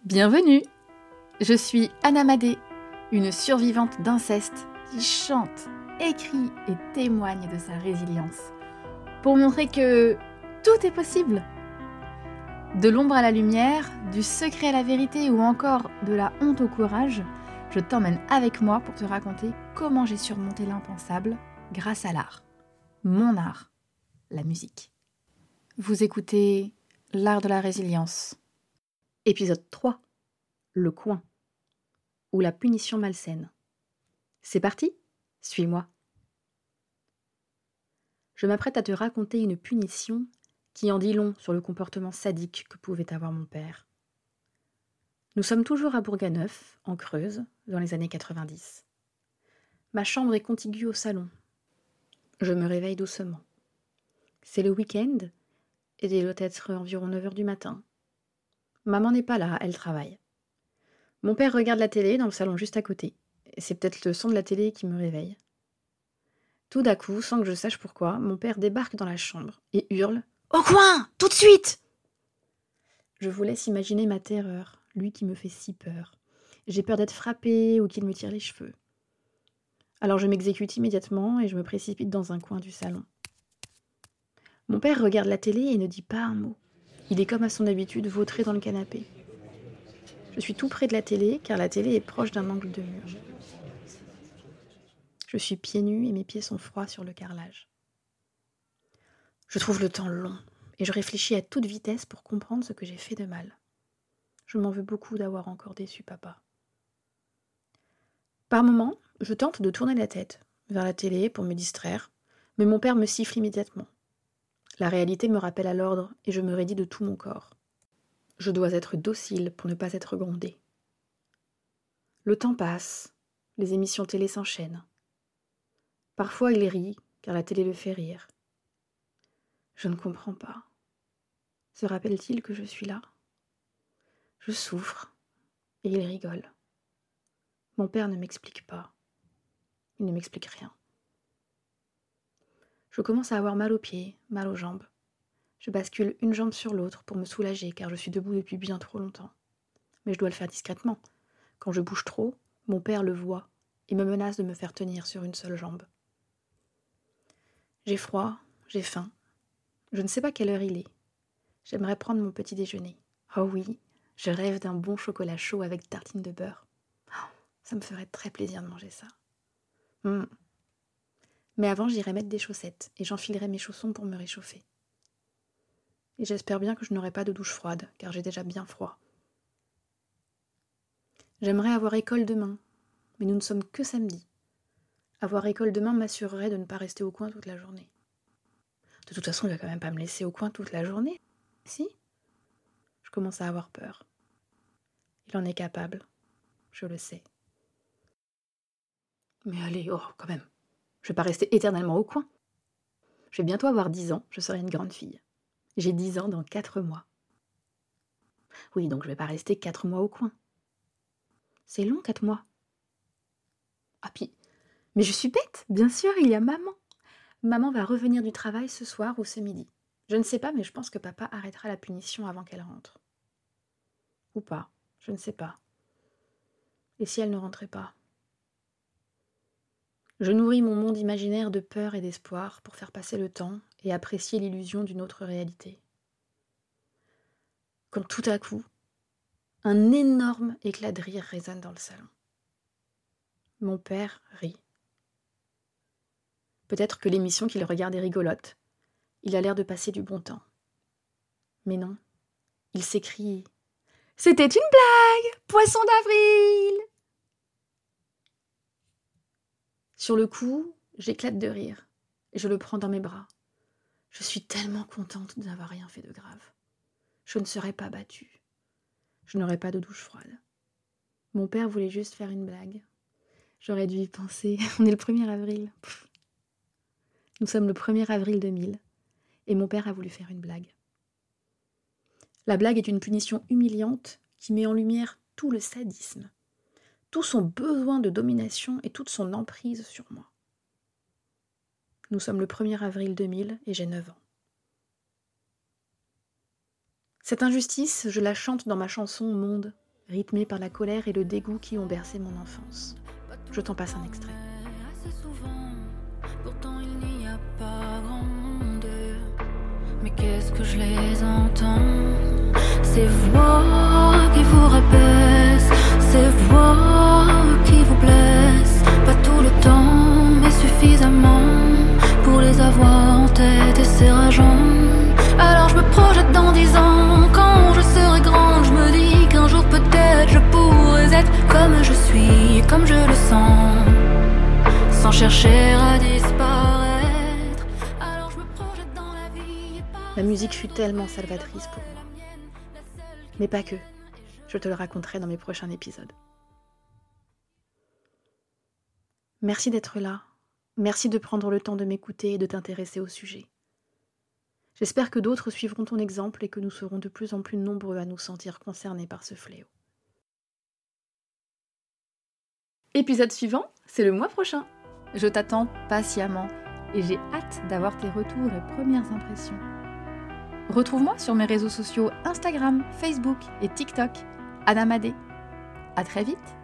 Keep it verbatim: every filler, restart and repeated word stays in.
Bienvenue! Je suis Anna Madé, une survivante d'inceste qui chante, écrit et témoigne de sa résilience pour montrer que tout est possible. De l'ombre à la lumière, du secret à la vérité ou encore de la honte au courage, je t'emmène avec moi pour te raconter comment j'ai surmonté l'impensable grâce à l'art. Mon art, la musique. Vous écoutez L'art de la résilience. Épisode trois. Le coin. Ou la punition malsaine. C'est parti ? Suis-moi. Je m'apprête à te raconter une punition qui en dit long sur le comportement sadique que pouvait avoir mon père. Nous sommes toujours à Bourganeuf, en Creuse, dans les années quatre-vingt-dix. Ma chambre est contiguë au salon. Je me réveille doucement. C'est le week-end, et il doit être environ neuf heures du matin. Maman n'est pas là, elle travaille. Mon père regarde la télé dans le salon juste à côté. C'est peut-être le son de la télé qui me réveille. Tout d'un coup, sans que je sache pourquoi, mon père débarque dans la chambre et hurle « Au coin, tout de suite !» Je vous laisse imaginer ma terreur, lui qui me fait si peur. J'ai peur d'être frappée ou qu'il me tire les cheveux. Alors je m'exécute immédiatement et je me précipite dans un coin du salon. Mon père regarde la télé et ne dit pas un mot. Il est comme à son habitude vautré dans le canapé. Je suis tout près de la télé car la télé est proche d'un angle de mur. Je suis pieds nus et mes pieds sont froids sur le carrelage. Je trouve le temps long et je réfléchis à toute vitesse pour comprendre ce que j'ai fait de mal. Je m'en veux beaucoup d'avoir encore déçu papa. Par moments, je tente de tourner la tête vers la télé pour me distraire, mais mon père me siffle immédiatement. La réalité me rappelle à l'ordre et je me raidis de tout mon corps. Je dois être docile pour ne pas être grondée. Le temps passe, les émissions télé s'enchaînent. Parfois il rit, car la télé le fait rire. Je ne comprends pas. Se rappelle-t-il que je suis là ? Je souffre, et il rigole. Mon père ne m'explique pas. Il ne m'explique rien. Je commence à avoir mal aux pieds, mal aux jambes. Je bascule une jambe sur l'autre pour me soulager, car je suis debout depuis bien trop longtemps. Mais je dois le faire discrètement. Quand je bouge trop, mon père le voit et me menace de me faire tenir sur une seule jambe. J'ai froid, j'ai faim. Je ne sais pas quelle heure il est. J'aimerais prendre mon petit déjeuner. Oh oui, je rêve d'un bon chocolat chaud avec tartine de beurre. Oh, ça me ferait très plaisir de manger ça. Mmh. Mais avant, j'irai mettre des chaussettes et j'enfilerai mes chaussons pour me réchauffer. Et j'espère bien que je n'aurai pas de douche froide, car j'ai déjà bien froid. J'aimerais avoir école demain, mais nous ne sommes que samedi. Avoir école demain m'assurerait de ne pas rester au coin toute la journée. De toute façon, il va quand même pas me laisser au coin toute la journée, si ? Je commence à avoir peur. Il en est capable, je le sais. Mais allez, oh, quand même, je vais pas rester éternellement au coin. Je vais bientôt avoir dix ans, je serai une grande fille. J'ai dix ans dans quatre mois. Oui, donc je vais pas rester quatre mois au coin. C'est long, quatre mois. Ah puis, mais je suis bête, bien sûr, il y a maman. Maman va revenir du travail ce soir ou ce midi. Je ne sais pas, mais je pense que papa arrêtera la punition avant qu'elle rentre. Ou pas, je ne sais pas. Et si elle ne rentrait pas ? Je nourris mon monde imaginaire de peur et d'espoir pour faire passer le temps et apprécier l'illusion d'une autre réalité. Quand tout à coup, un énorme éclat de rire résonne dans le salon. Mon père rit. Peut-être que l'émission qu'il regarde est rigolote. Il a l'air de passer du bon temps. Mais non, il s'écrie « C'était une blague ! Poisson d'avril !» Sur le coup, j'éclate de rire et je le prends dans mes bras. Je suis tellement contente de n'avoir rien fait de grave. Je ne serais pas battue. Je n'aurais pas de douche froide. Mon père voulait juste faire une blague. J'aurais dû y penser. On est le premier avril. Pff. Nous sommes le premier avril deux mille et mon père a voulu faire une blague. La blague est une punition humiliante qui met en lumière tout le sadisme, tout son besoin de domination et toute son emprise sur moi. Nous sommes le premier avril deux mille et j'ai neuf ans. Cette injustice, je la chante dans ma chanson Monde, rythmée par la colère et le dégoût qui ont bercé mon enfance. Je t'en passe un extrait. Assez souvent, pourtant il n'y a pas grand monde. Mais qu'est-ce que je les entends? Ces voix qui vous rabaissent, ces voix qui vous blessent. Pas tout le temps, mais suffisamment pour les avoir en tête et c'est rageant. Alors je me projette dans dix ans, quand je serai grande, je me dis qu'un jour peut-être je pourrais être comme je suis, comme je le sens, sans chercher à disparaître. Alors je me projette dans la vie et pas... La musique fut tellement salvatrice pour moi. Mais pas que. Je te le raconterai dans mes prochains épisodes. Merci d'être là. Merci de prendre le temps de m'écouter et de t'intéresser au sujet. J'espère que d'autres suivront ton exemple et que nous serons de plus en plus nombreux à nous sentir concernés par ce fléau. Épisode suivant, c'est le mois prochain. Je t'attends patiemment et j'ai hâte d'avoir tes retours et premières impressions. Retrouve-moi sur mes réseaux sociaux Instagram, Facebook et TikTok, Anna Madé. À très vite.